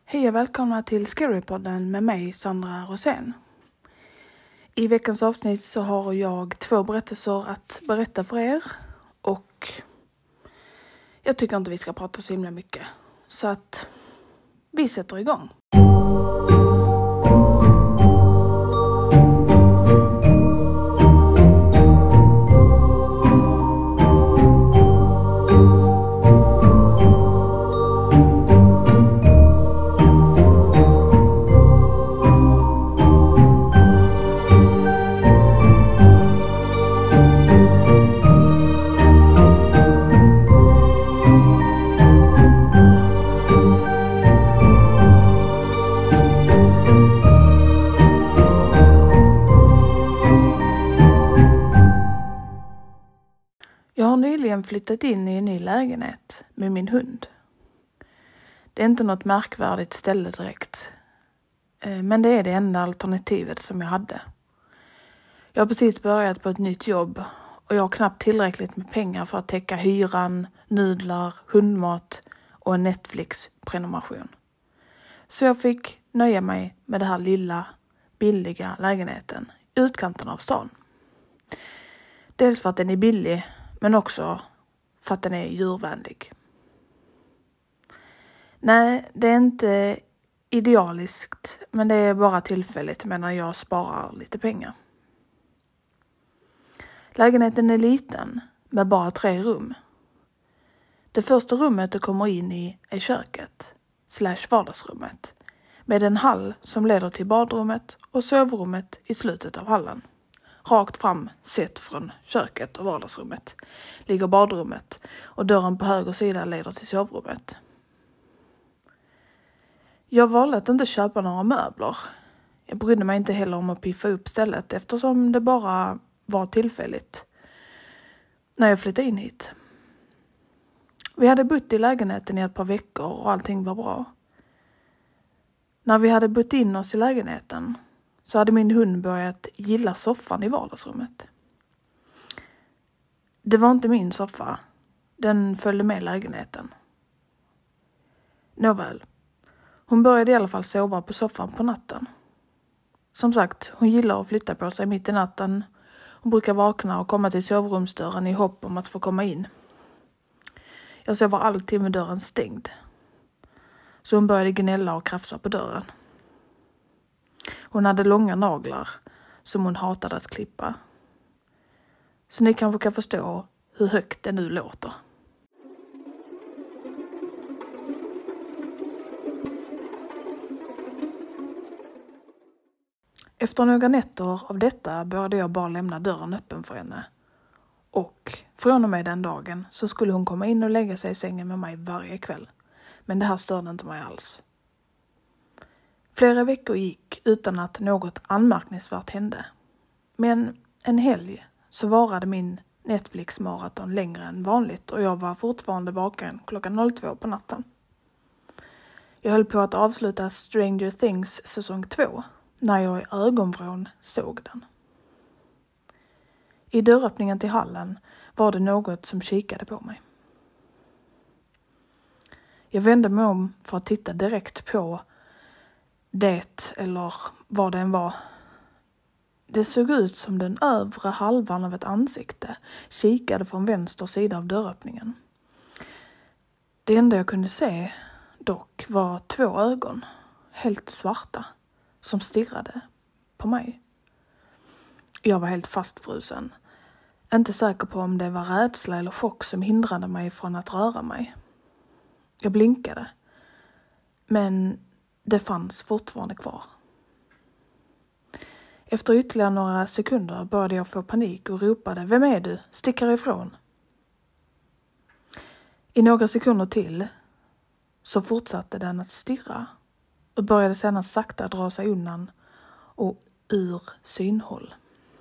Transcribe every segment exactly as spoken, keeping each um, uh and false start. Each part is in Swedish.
Hej och välkomna till Scarypodden med mig, Sandra Rosén. I veckans avsnitt så har jag två berättelser att berätta för er. Och jag tycker inte vi ska prata så himla mycket. Så att vi sätter igång. Jag har nyligen flyttat in i en ny lägenhet med min hund. Det är inte något märkvärdigt ställe direkt. Men det är det enda alternativet som jag hade. Jag har precis börjat på ett nytt jobb och jag har knappt tillräckligt med pengar för att täcka hyran, nudlar, hundmat och en Netflix-prenumeration. Så jag fick nöja mig med den här lilla, billiga lägenheten i utkanten av stan. Dels för att den är billig, men också för att den är djurvänlig. Nej, det är inte idealiskt, men det är bara tillfälligt medan jag sparar lite pengar. Lägenheten är liten med bara tre rum. Det första rummet du kommer in i är köket, slash vardagsrummet, med en hall som leder till badrummet och sovrummet i slutet av hallen. Rakt fram sett från köket och vardagsrummet ligger badrummet och dörren på höger sida leder till sovrummet. Jag valde att inte köpa några möbler. Jag brydde mig inte heller om att piffa upp stället eftersom det bara var tillfälligt när jag flyttade in hit. Vi hade bott i lägenheten i ett par veckor och allting var bra. När vi hade bott in oss i lägenheten så hade min hund börjat gilla soffan i vardagsrummet. Det var inte min soffa. Den följde med lägenheten. Nåväl. Hon började i alla fall sova på soffan på natten. Som sagt, hon gillar att flytta på sig mitt i natten. Hon brukar vakna och komma till sovrumsdörren i hopp om att få komma in. Jag sover alltid med dörren stängd. Så hon började gnälla och krafsa på dörren. Hon hade långa naglar som hon hatade att klippa. Så ni kanske kan förstå hur högt det nu låter. Efter några nätter av detta började jag bara lämna dörren öppen för henne. Och från och med den dagen så skulle hon komma in och lägga sig i sängen med mig varje kväll. Men det här störde inte mig alls. Flera veckor gick utan att något anmärkningsvärt hände. Men en helg så varade min Netflix-maraton längre än vanligt och jag var fortfarande vaken klockan två på natten. Jag höll på att avsluta Stranger Things säsong två när jag i ögonvrån såg den. I dörröppningen till hallen var det något som kikade på mig. Jag vände mig om för att titta direkt på det eller vad det än var. Det såg ut som den övre halvan av ett ansikte kikade från vänster sida av dörröppningen. Det enda jag kunde se dock var två ögon, helt svarta, som stirrade på mig. Jag var helt fastfrusen. Inte säker på om det var rädsla eller chock som hindrade mig från att röra mig. Jag blinkade. Men det fanns fortfarande kvar. Efter ytterligare några sekunder började jag få panik och ropade: "Vem är du? Stick härifrån!" I några sekunder till så fortsatte den att stirra och började sedan sakta dra sig undan och ur synhåll.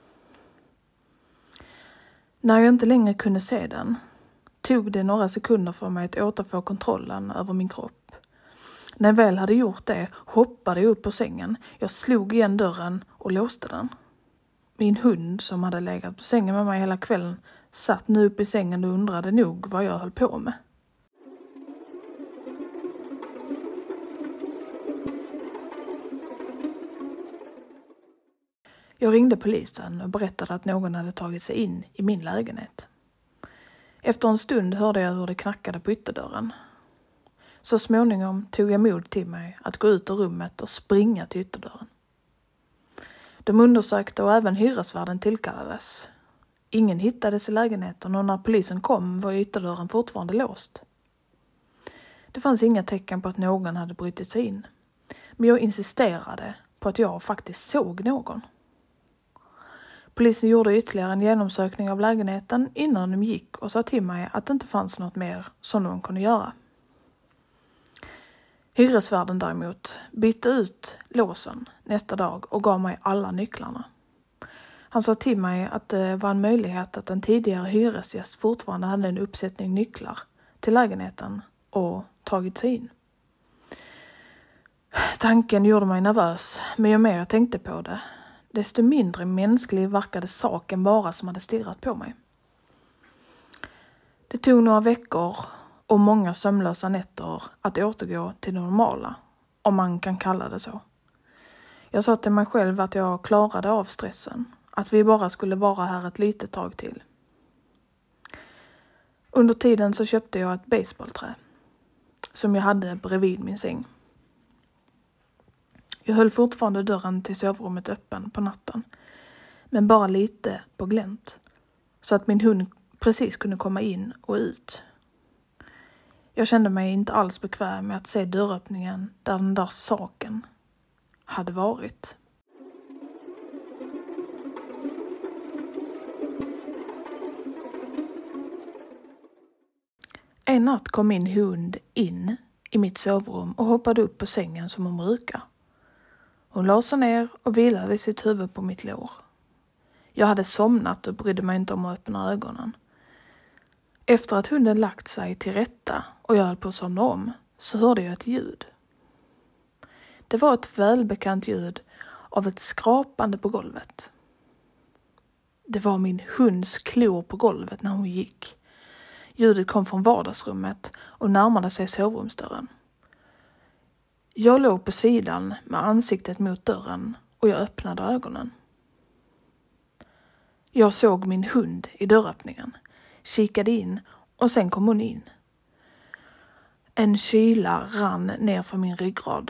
När jag inte längre kunde se den tog det några sekunder för mig att återfå kontrollen över min kropp. När jag väl hade gjort det hoppade jag upp på sängen. Jag slog igen dörren och låste den. Min hund som hade legat på sängen med mig hela kvällen satt nu upp i sängen och undrade nog vad jag höll på med. Jag ringde polisen och berättade att någon hade tagit sig in i min lägenhet. Efter en stund hörde jag hur det knackade på ytterdörren. Så småningom tog jag mod till mig att gå ut ur rummet och springa till ytterdörren. De undersökte och även hyresvärden tillkallades. Ingen hittades i lägenheten och när polisen kom var ytterdörren fortfarande låst. Det fanns inga tecken på att någon hade brutit sig in. Men jag insisterade på att jag faktiskt såg någon. Polisen gjorde ytterligare en genomsökning av lägenheten innan de gick och sa till mig att det inte fanns något mer som de kunde göra. Hyresvärden däremot bytte ut låsen nästa dag och gav mig alla nycklarna. Han sa till mig att det var en möjlighet att en tidigare hyresgäst fortfarande hade en uppsättning nycklar till lägenheten och tagit sig in. Tanken gjorde mig nervös, men ju mer jag tänkte på det, desto mindre mänsklig verkade saken vara som hade stirrat på mig. Det tog några veckor och många sömnlösa nätter att återgå till det normala, om man kan kalla det så. Jag sa till mig själv att jag klarade av stressen, att vi bara skulle vara här ett litet tag till. Under tiden så köpte jag ett baseballträ som jag hade bredvid min säng. Jag höll fortfarande dörren till sovrummet öppen på natten, men bara lite på glänt, så att min hund precis kunde komma in och ut. Jag kände mig inte alls bekväm med att se dörröppningen där den där saken hade varit. En natt kom min hund in i mitt sovrum och hoppade upp på sängen som hon brukar. Hon la sig ner och vilade sitt huvud på mitt lår. Jag hade somnat och brydde mig inte om att öppna ögonen. Efter att hunden lagt sig till rätta och jag höll på att somna om så hörde jag ett ljud. Det var ett välbekant ljud av ett skrapande på golvet. Det var min hunds klor på golvet när hon gick. Ljudet kom från vardagsrummet och närmade sig sovrumsdörren. Jag låg på sidan med ansiktet mot dörren och jag öppnade ögonen. Jag såg min hund i dörröppningen, kikade in och sen kom hon in. En kyla rann ner för min ryggrad.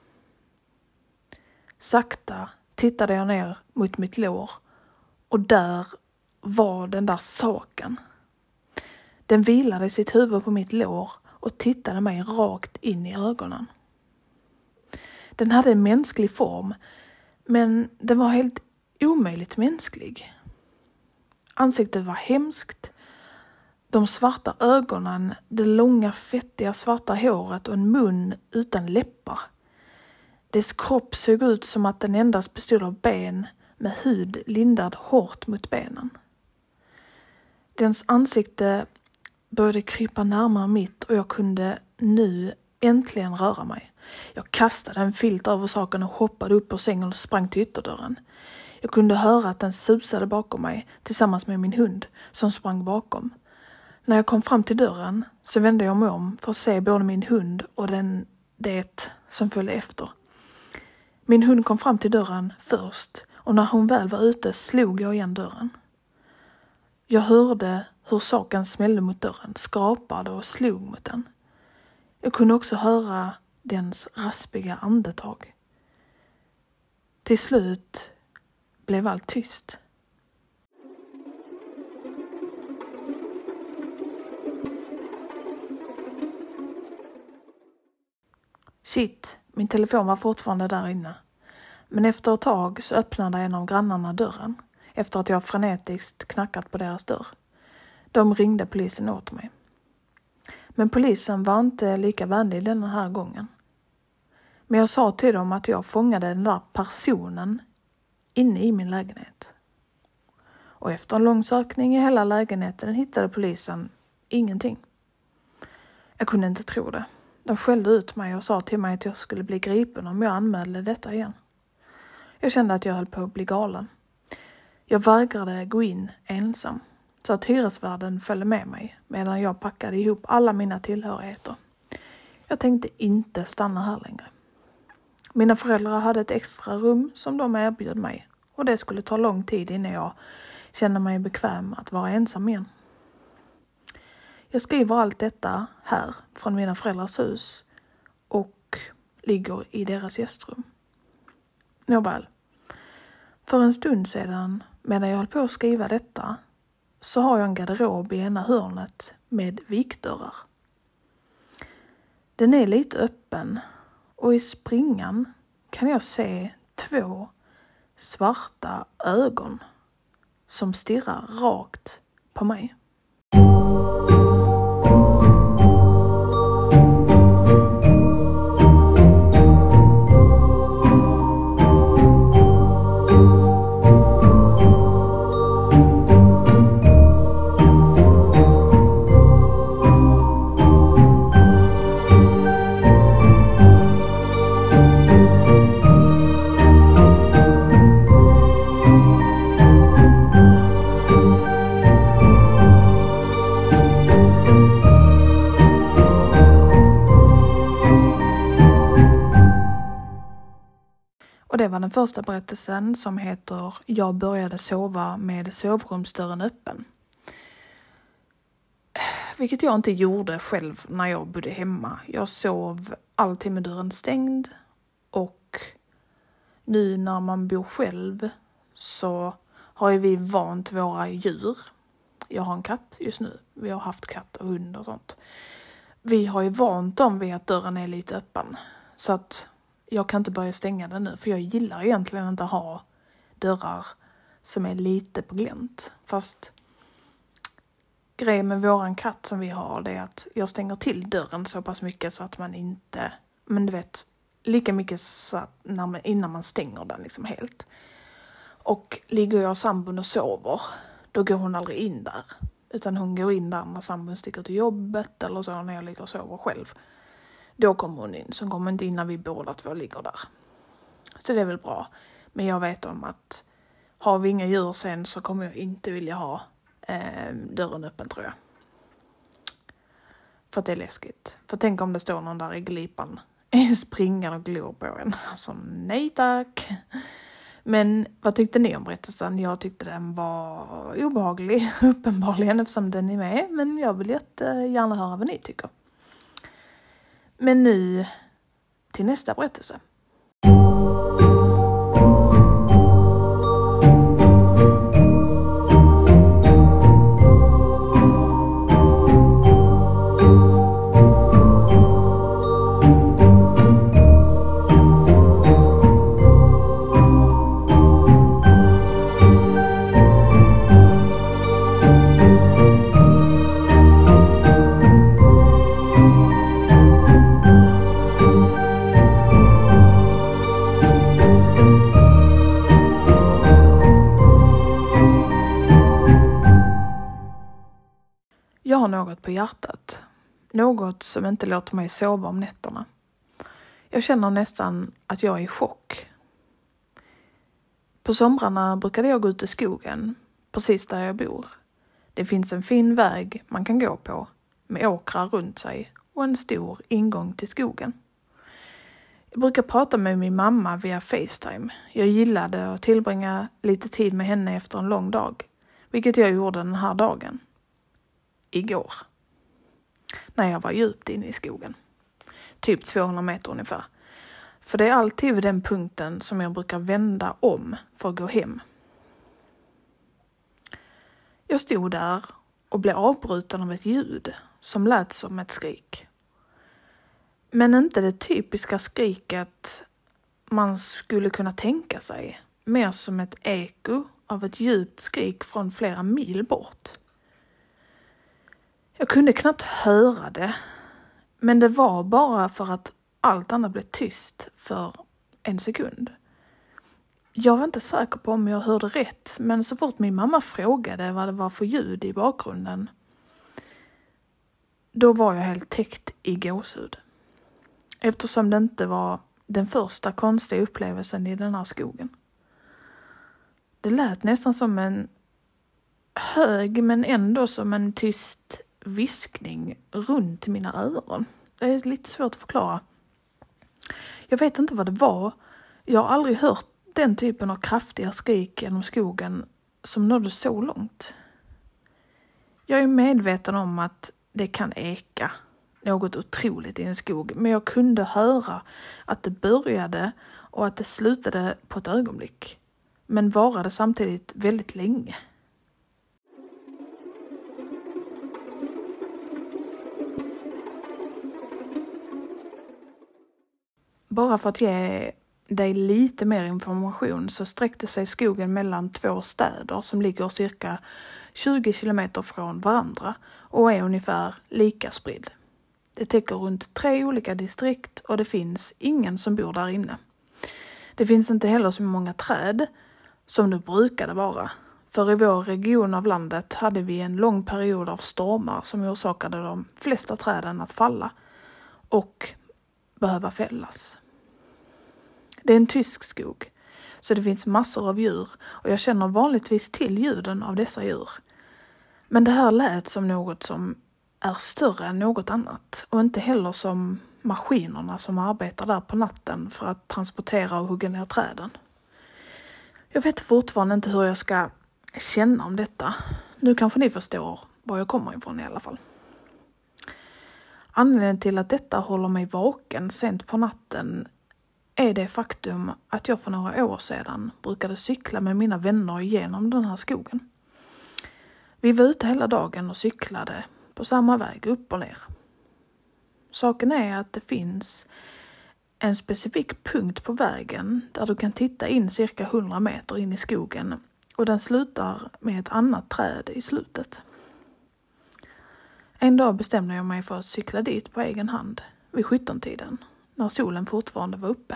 Sakta tittade jag ner mot mitt lår och där var den där saken. Den vilade sitt huvud på mitt lår och tittade mig rakt in i ögonen. Den hade en mänsklig form, men den var helt omöjligt mänsklig. Ansiktet var hemskt. De svarta ögonen, det långa fettiga svarta håret och en mun utan läppar. Dess kropp såg ut som att den endast bestod av ben med hud lindad hårt mot benen. Dens ansikte började krypa närmare mitt och jag kunde nu äntligen röra mig. Jag kastade en filt över saken och hoppade upp på sängen och sprang till ytterdörren. Jag kunde höra att den susade bakom mig tillsammans med min hund som sprang bakom. När jag kom fram till dörren så vände jag mig om för att se både min hund och den det som följde efter. Min hund kom fram till dörren först och när hon väl var ute slog jag igen dörren. Jag hörde hur saken smällde mot dörren, skrapade och slog mot den. Jag kunde också höra dens raspiga andetag. Till slut blev allt tyst. Shit, min telefon var fortfarande där inne. Men efter ett tag så öppnade en av grannarna dörren efter att jag frenetiskt knackat på deras dörr. De ringde polisen åt mig. Men polisen var inte lika vänlig den här gången. Men jag sa till dem att jag fångade den där personen inne i min lägenhet. Och efter en lång sökning i hela lägenheten hittade polisen ingenting. Jag kunde inte tro det. De skällde ut mig och sa till mig att jag skulle bli gripen om jag anmälde detta igen. Jag kände att jag höll på att bli galen. Jag vägrade gå in ensam så att hyresvärden följde med mig medan jag packade ihop alla mina tillhörigheter. Jag tänkte inte stanna här längre. Mina föräldrar hade ett extra rum som de erbjöd mig Och det skulle ta lång tid innan jag kände mig bekväm att vara ensam igen. Jag skriver allt detta här från mina föräldrars hus och ligger i deras gästrum. Nåväl, för en stund sedan medan jag höll på att skriva detta så har jag en garderob i ena hörnet med vikdörrar. Den är lite öppen och i springan kan jag se två svarta ögon som stirrar rakt på mig. Och det var den första berättelsen som heter Jag började sova med sovrumsdörren öppen. Vilket jag inte gjorde själv när jag bodde hemma. Jag sov alltid med dörren stängd. Och nu när man bor själv så har ju vi vant våra djur. Jag har en katt just nu. Vi har haft katt och hund och sånt. Vi har ju vant dem vid att dörren är lite öppen. Så att jag kan inte börja stänga den nu. För jag gillar egentligen inte att ha dörrar som är lite på glänt. Fast grejen med våran katt som vi har, det är att jag stänger till dörren så pass mycket så att man inte, men du vet, lika mycket så att när man, innan man stänger den liksom helt. Och ligger jag och sambon och sover, då går hon aldrig in där. Utan hon går in där när sambon sticker till jobbet eller så när jag ligger och sover själv. Då kommer hon in, så kommer hon inte in när vi båda två ligger där. Så det är väl bra. Men jag vet om att har vi inga djur sen så kommer jag inte vilja ha eh, dörren öppen, tror jag. För att det är läskigt. För tänk om det står någon där i glipan springer och glor på en. Alltså nej tack. Men vad tyckte ni om berättelsen? Jag tyckte den var obehaglig uppenbarligen eftersom den är med. Men jag vill jättegärna höra vad ni tycker. Men nu till nästa berättelse. Jag har något på hjärtat. Något som inte låter mig sova om nätterna. Jag känner nästan att jag är i chock. På somrarna brukade jag gå ut i skogen, precis där jag bor. Det finns en fin väg man kan gå på, med åkrar runt sig och en stor ingång till skogen. Jag brukar prata med min mamma via FaceTime. Jag gillade att tillbringa lite tid med henne efter en lång dag, vilket jag gjorde den här dagen. Igår. När jag var djupt inne i skogen. Typ tvåhundra meter ungefär. För det är alltid vid den punkten som jag brukar vända om för att gå hem. Jag stod där och blev avbruten av ett ljud som lät som ett skrik. Men inte det typiska skriket man skulle kunna tänka sig. Mer som ett eko av ett djupt skrik från flera mil bort. Jag kunde knappt höra det, men det var bara för att allt annat blev tyst för en sekund. Jag var inte säker på om jag hörde rätt, men så fort min mamma frågade vad det var för ljud i bakgrunden, då var jag helt täckt i gåshud. Eftersom det inte var den första konstiga upplevelsen i den här skogen. Det lät nästan som en hög, men ändå som en tyst viskning runt mina öron. Det är lite svårt att förklara. Jag vet inte vad det var. Jag har aldrig hört den typen av kraftiga skrik genom skogen som nådde så långt. Jag är medveten om att det kan eka något otroligt i en skog, men jag kunde höra att det började och att det slutade på ett ögonblick, men varade samtidigt väldigt länge. Bara för att ge dig lite mer information så sträckte sig skogen mellan två städer som ligger cirka tjugo kilometer från varandra och är ungefär lika spridd. Det täcker runt tre olika distrikt och det finns ingen som bor där inne. Det finns inte heller så många träd som det brukade vara. För i vår region av landet hade vi en lång period av stormar som orsakade de flesta träden att falla och behöva fällas. Det är en tysk skog, så det finns massor av djur och jag känner vanligtvis till ljuden av dessa djur. Men det här lät som något som är större än något annat och inte heller som maskinerna som arbetar där på natten för att transportera och hugga ner träden. Jag vet fortfarande inte hur jag ska känna om detta. Nu kanske ni förstår var jag kommer ifrån i alla fall. Anledningen till att detta håller mig vaken sent på natten är det faktum att jag för några år sedan brukade cykla med mina vänner igenom den här skogen. Vi var ute hela dagen och cyklade på samma väg upp och ner. Saken är att det finns en specifik punkt på vägen där du kan titta in cirka hundra meter in i skogen och den slutar med ett annat träd i slutet. En dag bestämde jag mig för att cykla dit på egen hand vid sjutton-tiden när solen fortfarande var uppe.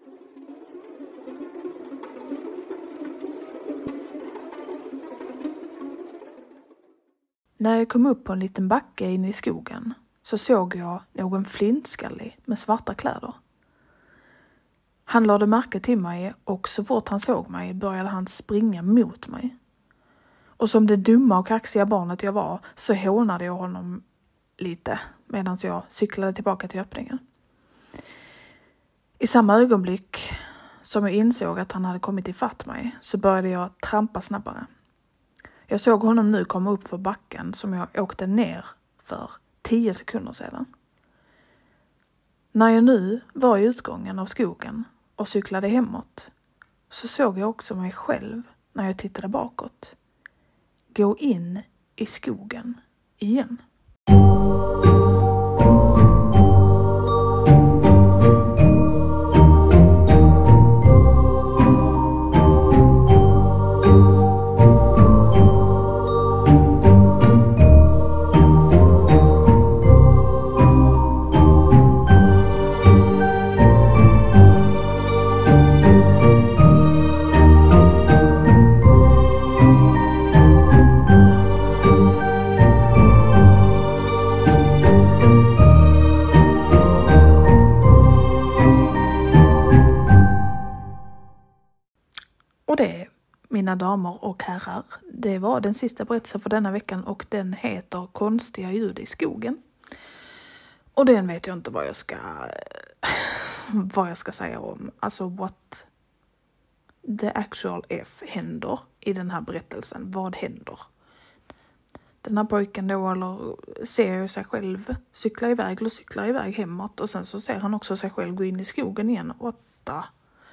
När jag kom upp på en liten backe in i skogen så såg jag någon flintskallig med svarta kläder. Han lade märke till mig och så fort han såg mig började han springa mot mig. Och som det dumma och kaxiga barnet jag var så hånade jag honom lite medan jag cyklade tillbaka till öppningen. I samma ögonblick som jag insåg att han hade kommit ifatt mig så började jag trampa snabbare. Jag såg honom nu komma upp för backen som jag åkte ner för tio sekunder sedan. När jag nu var i utgången av skogen och cyklade hemåt så såg jag också mig själv när jag tittade bakåt. Gå in i skogen igen. Och det, mina damer och herrar, det var den sista berättelsen för denna veckan och den heter Konstiga ljud i skogen. Och den vet jag inte vad jag ska vad jag ska säga om. Alltså what the actual F händer i den här berättelsen. Vad händer? Den här pojken då eller ser ju sig själv cykla iväg eller cykla iväg hemåt och sen så ser han också sig själv gå in i skogen igen. Åtta.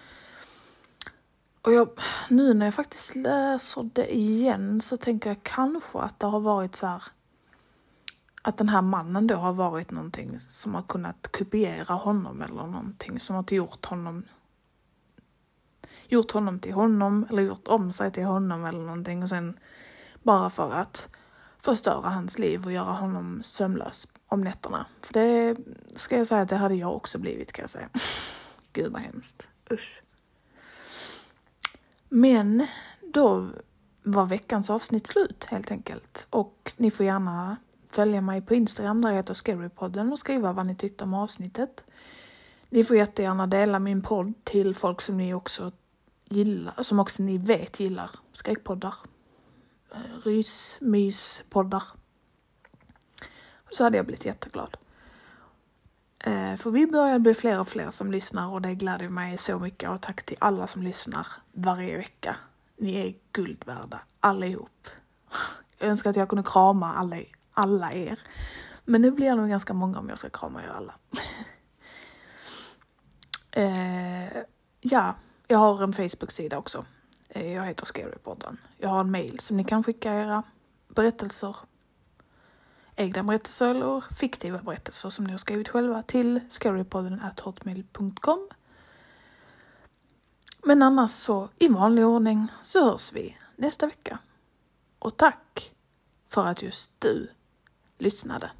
Och jag, nu när jag faktiskt läser det igen så tänker jag kanske att det har varit så här, att den här mannen då har varit någonting som har kunnat kopiera honom eller någonting som har gjort honom gjort honom till honom eller gjort om sig till honom eller någonting och sen bara för att förstöra hans liv och göra honom sömnlös om nätterna. För det ska jag säga att det hade jag också blivit, kan jag säga. Gud vad hemskt. Usch. Men då var veckans avsnitt slut helt enkelt. Och ni får gärna följa mig på Instagram där jag heter Scarypodden och skriva vad ni tyckte om avsnittet. Ni får jättegärna dela min podd till folk som ni också gillar, som också ni vet gillar skräckpoddar. Rys, mys, poddar. Så hade jag blivit jätteglad. Eh, för vi börjar bli fler och fler som lyssnar och det gläder mig så mycket. Och tack till alla som lyssnar varje vecka. Ni är guld värda, allihop. Jag önskar att jag kunde krama alla, alla er. Men nu blir det nog ganska många om jag ska krama er alla. eh, ja, jag har en Facebook-sida också. Eh, jag heter Scarypodden. Jag har en mail som ni kan skicka era berättelser. Egna berättelser eller fiktiva berättelser som ni har skrivit själva till scarypodden at hotmail punkt com. Men annars så i vanlig ordning så hörs vi nästa vecka. Och tack för att just du lyssnade.